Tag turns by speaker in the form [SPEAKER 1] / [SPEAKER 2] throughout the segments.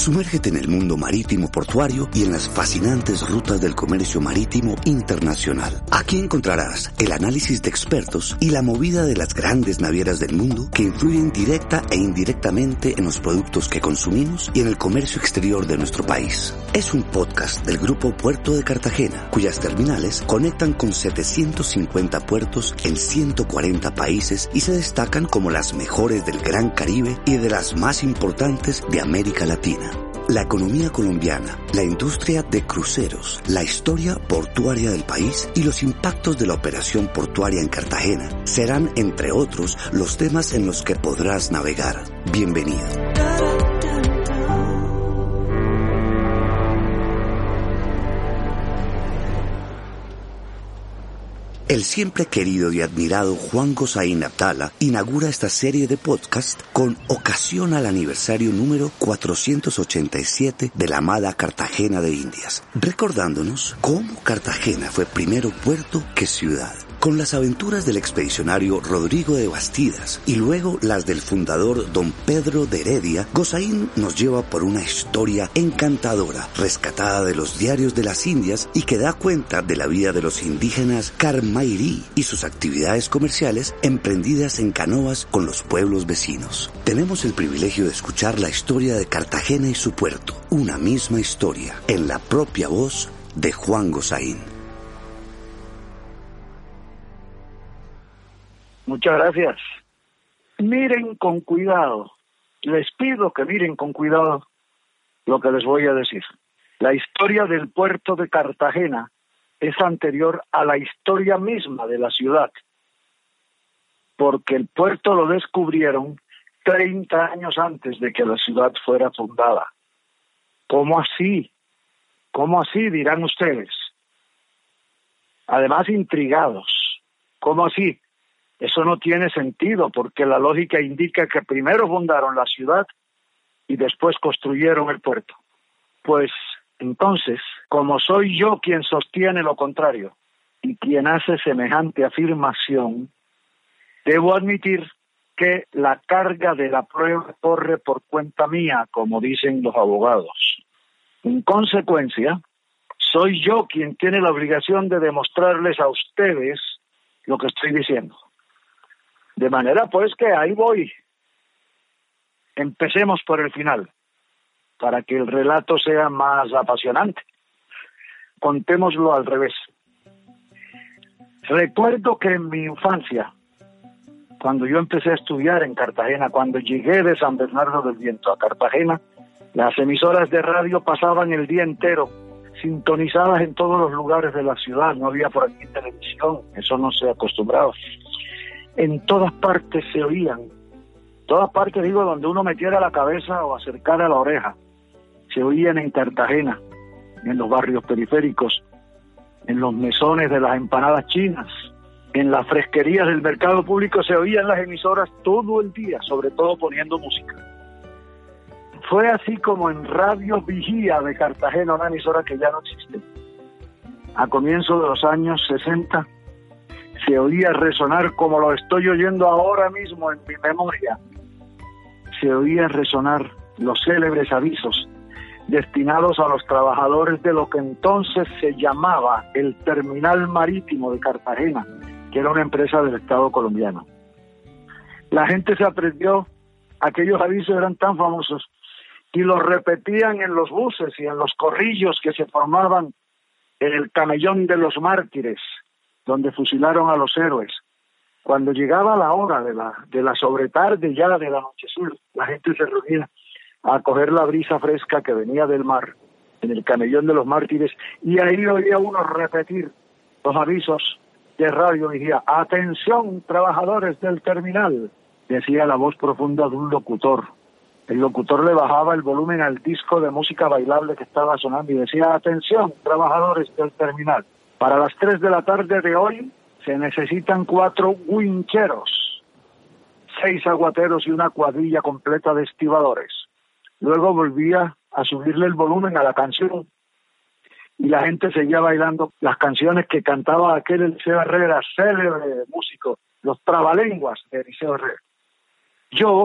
[SPEAKER 1] Sumérgete en el mundo marítimo portuario y en las fascinantes rutas del comercio marítimo internacional. Aquí encontrarás el análisis de expertos y la movida de las grandes navieras del mundo que influyen directa e indirectamente en los productos que consumimos y en el comercio exterior de nuestro país. Es un podcast del Grupo Puerto de Cartagena, cuyas terminales conectan con 750 puertos en 140 países y se destacan como las mejores del Gran Caribe y de las más importantes de América Latina. La economía colombiana, la industria de cruceros, la historia portuaria del país y los impactos de la operación portuaria en Cartagena serán, entre otros, los temas en los que podrás navegar. Bienvenido. El siempre querido y admirado Juan Gozaín Abdala inaugura esta serie de podcast con ocasión al aniversario número 487 de la amada Cartagena de Indias, recordándonos cómo Cartagena fue primero puerto que ciudad. Con las aventuras del expedicionario Rodrigo de Bastidas y luego las del fundador Don Pedro de Heredia, Gozaín nos lleva por una historia encantadora, rescatada de los diarios de las Indias y que da cuenta de la vida de los indígenas Carmairí y sus actividades comerciales emprendidas en canoas con los pueblos vecinos. Tenemos el privilegio de escuchar la historia de Cartagena y su puerto, una misma historia, en la propia voz de Juan Gozaín.
[SPEAKER 2] Muchas gracias. Miren con cuidado. Les pido que miren con cuidado lo que les voy a decir. La historia del puerto de Cartagena es anterior a la historia misma de la ciudad, porque el puerto lo descubrieron 30 años antes de que la ciudad fuera fundada. ¿Cómo así? ¿Cómo así? Dirán ustedes. Además, intrigados. ¿Cómo así? Eso no tiene sentido, porque la lógica indica que primero fundaron la ciudad y después construyeron el puerto. Pues entonces, como soy yo quien sostiene lo contrario y quien hace semejante afirmación, debo admitir que la carga de la prueba corre por cuenta mía, como dicen los abogados. En consecuencia, soy yo quien tiene la obligación de demostrarles a ustedes lo que estoy diciendo. De manera pues que ahí voy. Empecemos por el final, para que el relato sea más apasionante. Contémoslo al revés. Recuerdo que en mi infancia, cuando yo empecé a estudiar en Cartagena, cuando llegué de San Bernardo del Viento a Cartagena, las emisoras de radio pasaban el día entero, sintonizadas en todos los lugares de la ciudad. No había por aquí televisión, eso no se acostumbraba. En todas partes se oían, todas partes digo donde uno metiera la cabeza o acercara la oreja, se oían en Cartagena, en los barrios periféricos, en los mesones de las empanadas chinas, en las fresquerías del mercado público se oían las emisoras todo el día, sobre todo poniendo música. Fue así como en Radio Vigía de Cartagena, una emisora que ya no existe, a comienzos de los años 60, se oía resonar como lo estoy oyendo ahora mismo en mi memoria. Se oía resonar los célebres avisos destinados a los trabajadores de lo que entonces se llamaba el Terminal Marítimo de Cartagena, que era una empresa del Estado colombiano. La gente se aprendió, aquellos avisos eran tan famosos, y los repetían en los buses y en los corrillos que se formaban en el camellón de los mártires, donde fusilaron a los héroes. Cuando llegaba la hora de la sobretarde ya del anochecer, la gente se reunía a coger la brisa fresca que venía del mar, en el camellón de los mártires, y ahí oía uno repetir los avisos de radio. Decía: atención, trabajadores del terminal, decía la voz profunda de un locutor. El locutor le bajaba el volumen al disco de música bailable que estaba sonando y decía: atención, trabajadores del terminal, para las 3 de la tarde de hoy se necesitan 4 wincheros, 6 aguateros y una cuadrilla completa de estibadores. Luego volvía a subirle el volumen a la canción y la gente seguía bailando las canciones que cantaba aquel Eliseo Herrera, célebre músico, los trabalenguas de Eliseo Herrera. Yo,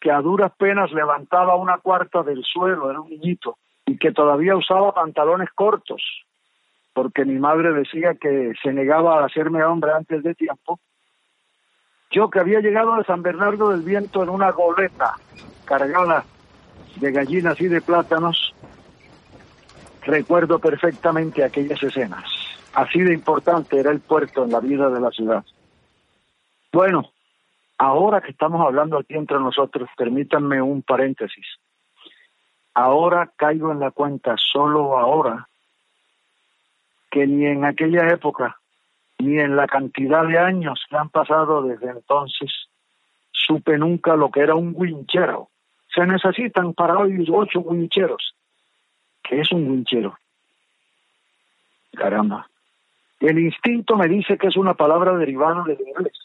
[SPEAKER 2] que a duras penas levantaba una cuarta del suelo, era un niñito, y que todavía usaba pantalones cortos, porque mi madre decía que se negaba a hacerme hombre antes de tiempo. Yo, que había llegado de San Bernardo del Viento en una goleta cargada de gallinas y de plátanos, recuerdo perfectamente aquellas escenas. Así de importante era el puerto en la vida de la ciudad. Bueno, ahora que estamos hablando aquí entre nosotros, permítanme un paréntesis. Ahora caigo en la cuenta, solo ahora, que ni en aquella época, ni en la cantidad de años que han pasado desde entonces, supe nunca lo que era un winchero. Se necesitan para hoy 8 wincheros. ¿Qué es un winchero? Caramba. El instinto me dice que es una palabra derivada del inglés.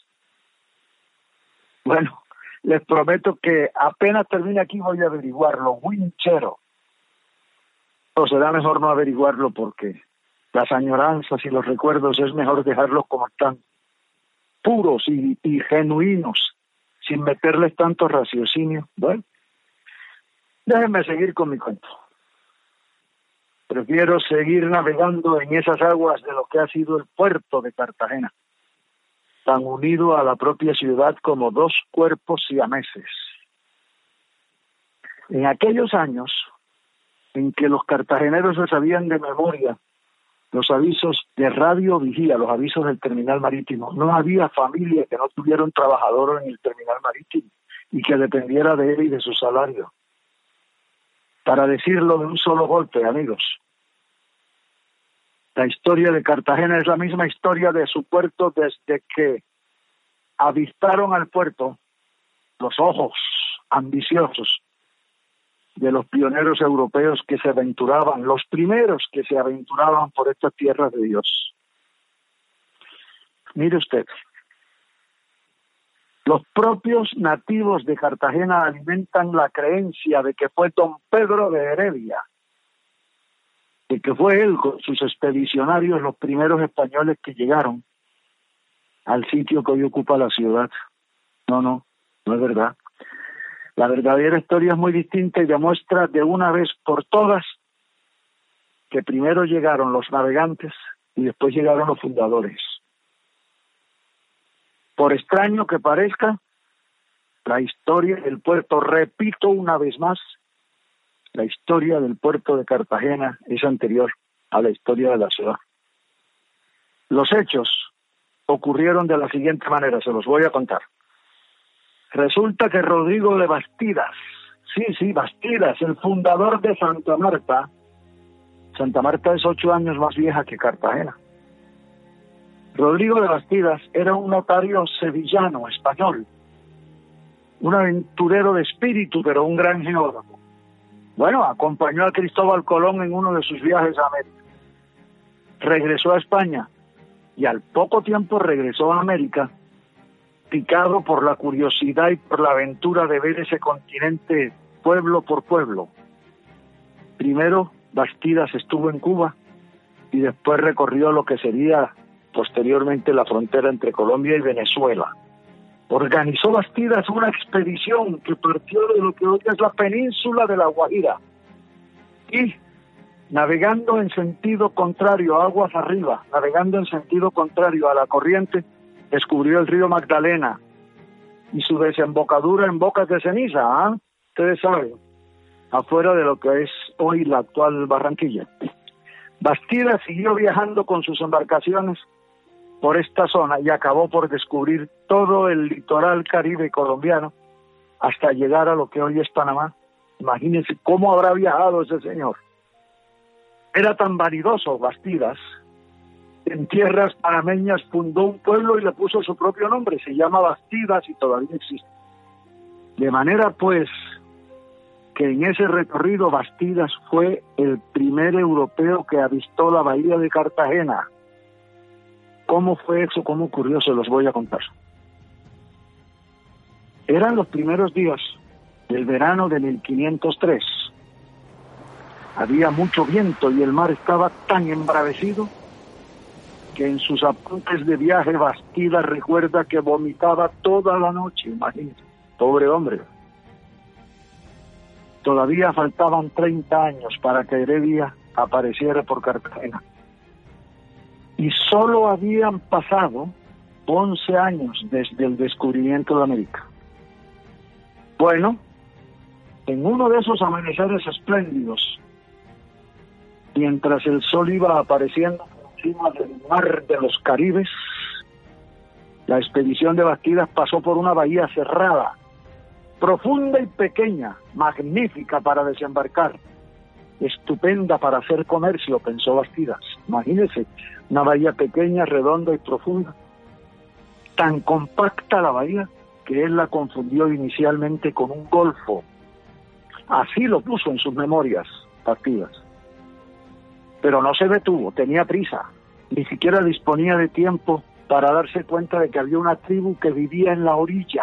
[SPEAKER 2] Bueno, les prometo que apenas termine aquí voy a averiguarlo. Winchero. O será mejor no averiguarlo porque las añoranzas y los recuerdos es mejor dejarlos como están, puros y genuinos, sin meterles tanto raciocinio. Bueno, déjenme seguir con mi cuento. Prefiero seguir navegando en esas aguas de lo que ha sido el puerto de Cartagena, tan unido a la propia ciudad como 2 cuerpos siameses. En aquellos años en que los cartageneros se sabían de memoria los avisos de Radio Vigía, los avisos del terminal marítimo, no había familia que no tuviera un trabajador en el terminal marítimo y que dependiera de él y de su salario. Para decirlo de un solo golpe, amigos, la historia de Cartagena es la misma historia de su puerto desde que avistaron al puerto los ojos ambiciosos de los pioneros europeos que se aventuraban, los primeros que se aventuraban por estas tierras de Dios. Mire usted, los propios nativos de Cartagena alimentan la creencia de que fue don Pedro de Heredia, de que fue él con sus expedicionarios los primeros españoles que llegaron al sitio que hoy ocupa la ciudad. No es verdad. La verdadera historia es muy distinta y demuestra de una vez por todas que primero llegaron los navegantes y después llegaron los fundadores. Por extraño que parezca, la historia del puerto, repito una vez más, la historia del puerto de Cartagena es anterior a la historia de la ciudad. Los hechos ocurrieron de la siguiente manera, se los voy a contar. Resulta que Rodrigo de Bastidas, sí, Bastidas, el fundador de Santa Marta es 8 años más vieja que Cartagena. Rodrigo de Bastidas era un notario sevillano, español, un aventurero de espíritu, pero un gran geógrafo. Bueno, acompañó a Cristóbal Colón en uno de sus viajes a América. Regresó a España y al poco tiempo regresó a América, picado por la curiosidad y por la aventura de ver ese continente pueblo por pueblo. Primero, Bastidas estuvo en Cuba y después recorrió lo que sería posteriormente la frontera entre Colombia y Venezuela. Organizó Bastidas una expedición que partió de lo que hoy es la península de La Guajira y, navegando en sentido contrario, aguas arriba, navegando en sentido contrario a la corriente, descubrió el río Magdalena y su desembocadura en Bocas de Ceniza, ustedes saben, afuera de lo que es hoy la actual Barranquilla. Bastidas siguió viajando con sus embarcaciones por esta zona y acabó por descubrir todo el litoral caribe colombiano hasta llegar a lo que hoy es Panamá. Imagínense cómo habrá viajado ese señor. Era tan vanidoso Bastidas, en tierras panameñas fundó un pueblo y le puso su propio nombre, se llama Bastidas y todavía existe. De manera pues que en ese recorrido Bastidas fue el primer europeo que avistó la bahía de Cartagena. ¿Cómo fue eso? ¿Cómo ocurrió? Se los voy a contar. Eran los primeros días del verano de 1503. Había mucho viento y el mar estaba tan embravecido que en sus apuntes de viaje Bastidas recuerda que vomitaba toda la noche, imagínense, pobre hombre. Todavía faltaban 30 años para que Heredia apareciera por Cartagena. Y solo habían pasado 11 años desde el descubrimiento de América. Bueno, en uno de esos amaneceres espléndidos, mientras el sol iba apareciendo encima del mar de los Caribes, la expedición de Bastidas pasó por una bahía cerrada, profunda y pequeña, magnífica para desembarcar, estupenda para hacer comercio, pensó Bastidas. Imagínese, una bahía pequeña, redonda y profunda, tan compacta la bahía que él la confundió inicialmente con un golfo. Así lo puso en sus memorias Bastidas. Pero no se detuvo, tenía prisa, ni siquiera disponía de tiempo para darse cuenta de que había una tribu que vivía en la orilla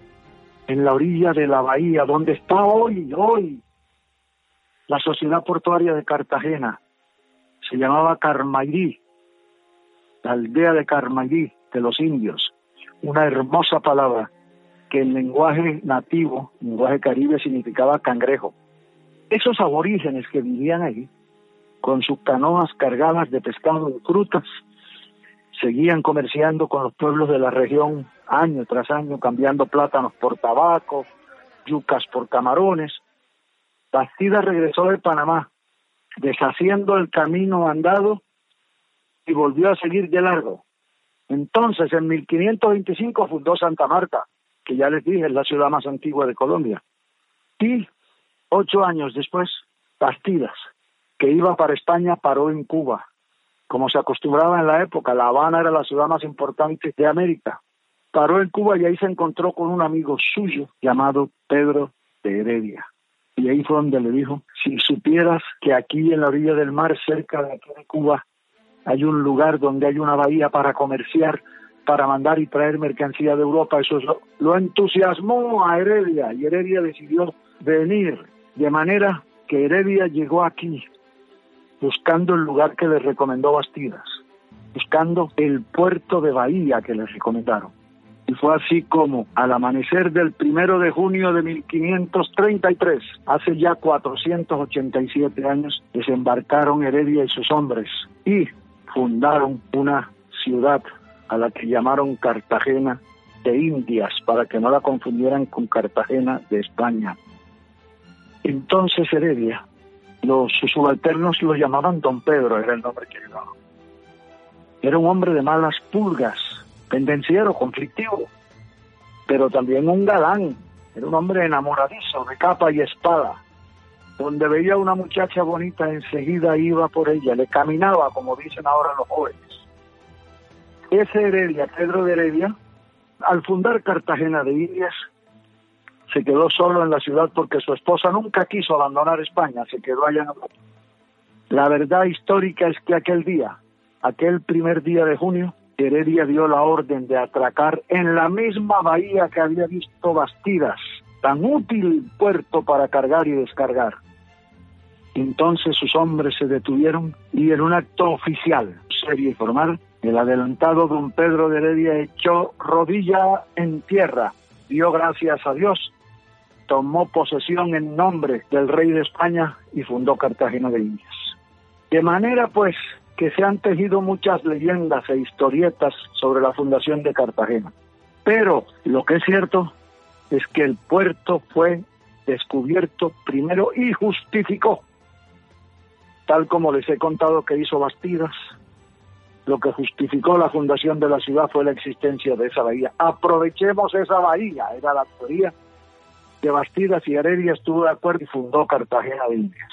[SPEAKER 2] de la bahía, donde está hoy la sociedad portuaria de Cartagena. Se llamaba Carmairí, la aldea de Carmairí, de los indios. Una hermosa palabra que en lenguaje nativo, lenguaje caribe, significaba cangrejo. Esos aborígenes que vivían ahí, con sus canoas cargadas de pescado y frutas, seguían comerciando con los pueblos de la región año tras año, cambiando plátanos por tabaco, yucas por camarones. Bastidas regresó de Panamá, deshaciendo el camino andado, y volvió a seguir de largo. Entonces, en 1525 fundó Santa Marta, que ya les dije es la ciudad más antigua de Colombia. Y 8 años después, Bastidas, que iba para España, paró en Cuba. Como se acostumbraba en la época, La Habana era la ciudad más importante de América. Paró en Cuba y ahí se encontró con un amigo suyo llamado Pedro de Heredia. Y ahí fue donde le dijo: si supieras que aquí en la orilla del mar, cerca de aquí de Cuba, hay un lugar donde hay una bahía para comerciar, para mandar y traer mercancía de Europa. Eso lo entusiasmó a Heredia, y Heredia decidió venir, de manera que Heredia llegó aquí buscando el lugar que le recomendó Bastidas, buscando el puerto de Bahía que les recomendaron. Y fue así como, al amanecer del 1 de junio de 1533, hace ya 487 años, desembarcaron Heredia y sus hombres y fundaron una ciudad a la que llamaron Cartagena de Indias, para que no la confundieran con Cartagena de España. Entonces Heredia, sus subalternos lo llamaban Don Pedro, era el nombre que le daban. Era un hombre de malas pulgas, pendenciero, conflictivo, pero también un galán. Era un hombre enamoradizo, de capa y espada. Donde veía una muchacha bonita, enseguida iba por ella, le caminaba, como dicen ahora los jóvenes. Ese Heredia, Pedro de Heredia, al fundar Cartagena de Indias, se quedó solo en la ciudad porque su esposa nunca quiso abandonar España, se quedó allá en Europa. La verdad histórica es que aquel primer día de junio, Heredia dio la orden de atracar en la misma bahía que había visto Bastidas, tan útil puerto para cargar y descargar. Entonces sus hombres se detuvieron y, en un acto oficial, serio y formal, el adelantado don Pedro de Heredia echó rodilla en tierra, dio gracias a Dios, tomó posesión en nombre del rey de España y fundó Cartagena de Indias. De manera, pues, que se han tejido muchas leyendas e historietas sobre la fundación de Cartagena. Pero lo que es cierto es que el puerto fue descubierto primero y justificó, tal como les he contado que hizo Bastidas. Lo que justificó la fundación de la ciudad fue la existencia de esa bahía. Aprovechemos esa bahía, era la teoría de Bastidas, y Heredia estuvo de acuerdo y fundó Cartagena de Indias.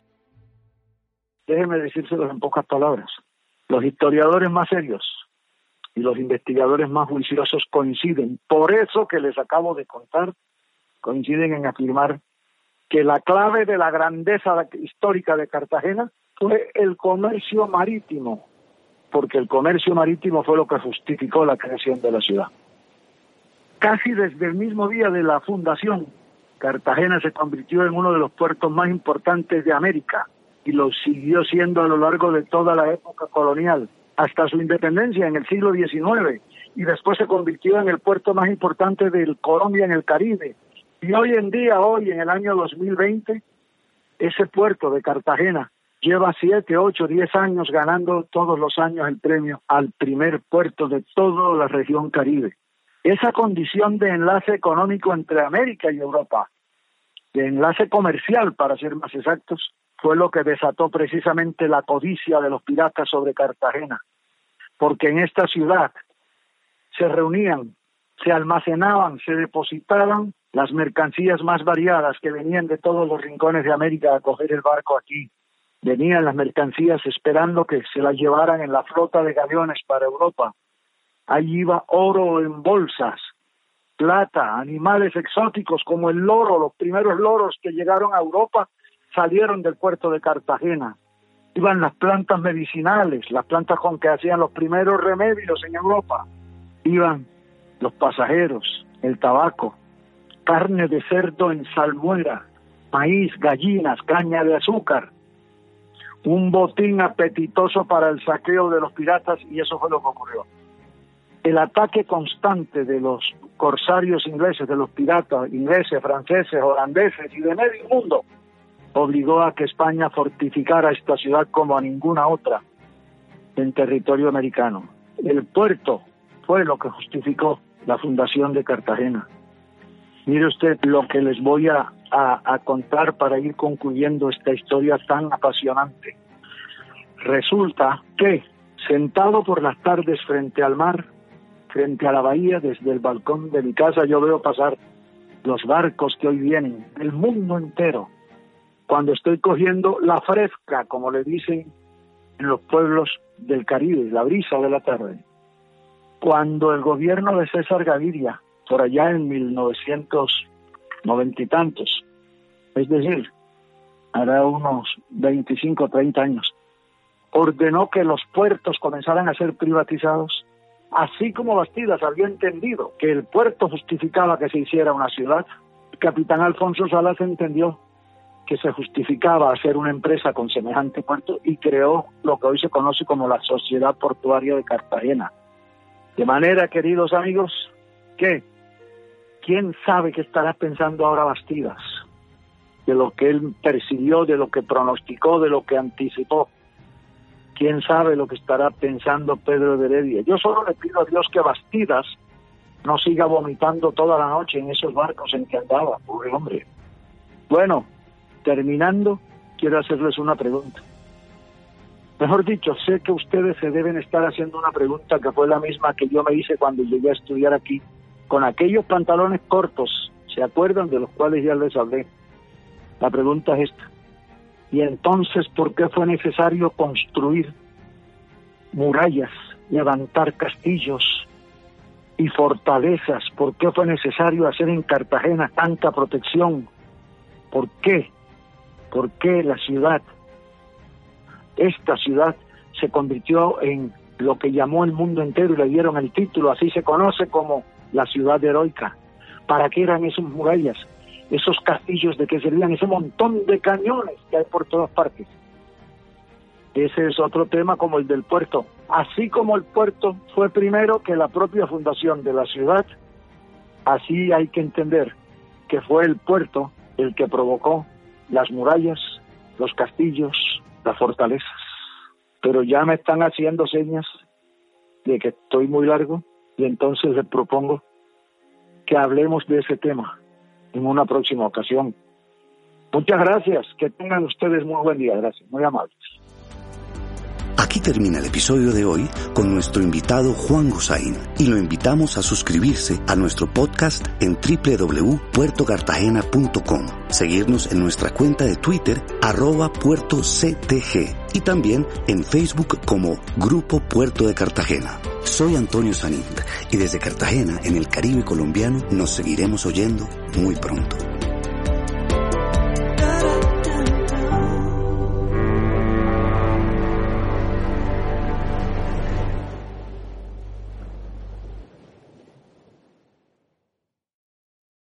[SPEAKER 2] Déjenme decírselos en pocas palabras. Los historiadores más serios y los investigadores más juiciosos coinciden, por eso que les acabo de contar, coinciden en afirmar que la clave de la grandeza histórica de Cartagena fue el comercio marítimo, porque el comercio marítimo fue lo que justificó la creación de la ciudad. Casi desde el mismo día de la fundación, Cartagena se convirtió en uno de los puertos más importantes de América, y lo siguió siendo a lo largo de toda la época colonial, hasta su independencia en el siglo XIX, y después se convirtió en el puerto más importante de Colombia en el Caribe, Y hoy en día, hoy en el año 2020, ese puerto de Cartagena lleva 7, 8, 10 años ganando todos los años el premio al primer puerto de toda la región Caribe. Esa condición de enlace económico entre América y Europa, de enlace comercial para ser más exactos, fue lo que desató precisamente la codicia de los piratas sobre Cartagena, porque en esta ciudad se reunían, se almacenaban, se depositaban las mercancías más variadas que venían de todos los rincones de América a coger el barco aquí. Venían las mercancías esperando que se las llevaran en la flota de galeones para Europa. Allí iba oro en bolsas, plata, animales exóticos como el loro. Los primeros loros que llegaron a Europa salieron del puerto de Cartagena. Iban las plantas medicinales, las plantas con que hacían los primeros remedios en Europa. Iban los pasajeros, el tabaco, carne de cerdo en salmuera, maíz, gallinas, caña de azúcar. Un botín apetitoso para el saqueo de los piratas, y eso fue lo que ocurrió. El ataque constante de los corsarios ingleses, de los piratas ingleses, franceses, holandeses y de medio mundo, obligó a que España fortificara esta ciudad como a ninguna otra en territorio americano. El puerto fue lo que justificó la fundación de Cartagena. Mire usted lo que les voy a contar para ir concluyendo esta historia tan apasionante. Resulta que, sentado por las tardes frente al mar, frente a la bahía, desde el balcón de mi casa, yo veo pasar los barcos que hoy vienen del mundo entero. Cuando estoy cogiendo la fresca, como le dicen en los pueblos del Caribe, la brisa de la tarde. Cuando el gobierno de César Gaviria, por allá en 1990 y tantos, es decir, hará unos 25 o 30 años, ordenó que los puertos comenzaran a ser privatizados, así como Bastidas había entendido que el puerto justificaba que se hiciera una ciudad. El capitán Alfonso Salas entendió que se justificaba hacer una empresa con semejante puerto y creó lo que hoy se conoce como la Sociedad Portuaria de Cartagena. De manera, queridos amigos, que ¿quién sabe qué estará pensando ahora Bastidas? De lo que él percibió, de lo que pronosticó, de lo que anticipó. ¿Quién sabe lo que estará pensando Pedro de Heredia? Yo solo le pido a Dios que Bastidas no siga vomitando toda la noche en esos barcos en que andaba, pobre hombre. Bueno, terminando, quiero hacerles una pregunta. Mejor dicho, sé que ustedes se deben estar haciendo una pregunta que fue la misma que yo me hice cuando llegué a estudiar aquí, con aquellos pantalones cortos, ¿se acuerdan? De los cuales ya les hablé. La pregunta es esta. ¿Y entonces por qué fue necesario construir murallas, levantar castillos y fortalezas? ¿Por qué fue necesario hacer en Cartagena tanta protección? ¿Por qué? ¿Por qué la ciudad, esta ciudad, se convirtió en lo que llamó el mundo entero y le dieron el título? Así se conoce como la ciudad heroica. ¿Para qué eran esas murallas? Esos castillos, ¿de qué servían? Ese montón de cañones que hay por todas partes. Ese es otro tema como el del puerto. Así como el puerto fue primero que la propia fundación de la ciudad, así hay que entender que fue el puerto el que provocó las murallas, los castillos, las fortalezas. Pero ya me están haciendo señas de que estoy muy largo y entonces les propongo que hablemos de ese tema en una próxima ocasión. Muchas gracias, que tengan ustedes muy buen día, gracias, muy amables.
[SPEAKER 1] Aquí termina el episodio de hoy con nuestro invitado Juan Gosaín y lo invitamos a suscribirse a nuestro podcast en www.puertocartagena.com, seguirnos en nuestra cuenta de Twitter @puertoctg y también en Facebook como Grupo Puerto de Cartagena. Soy Antonio Sanind y desde Cartagena, en el Caribe colombiano, nos seguiremos oyendo muy pronto.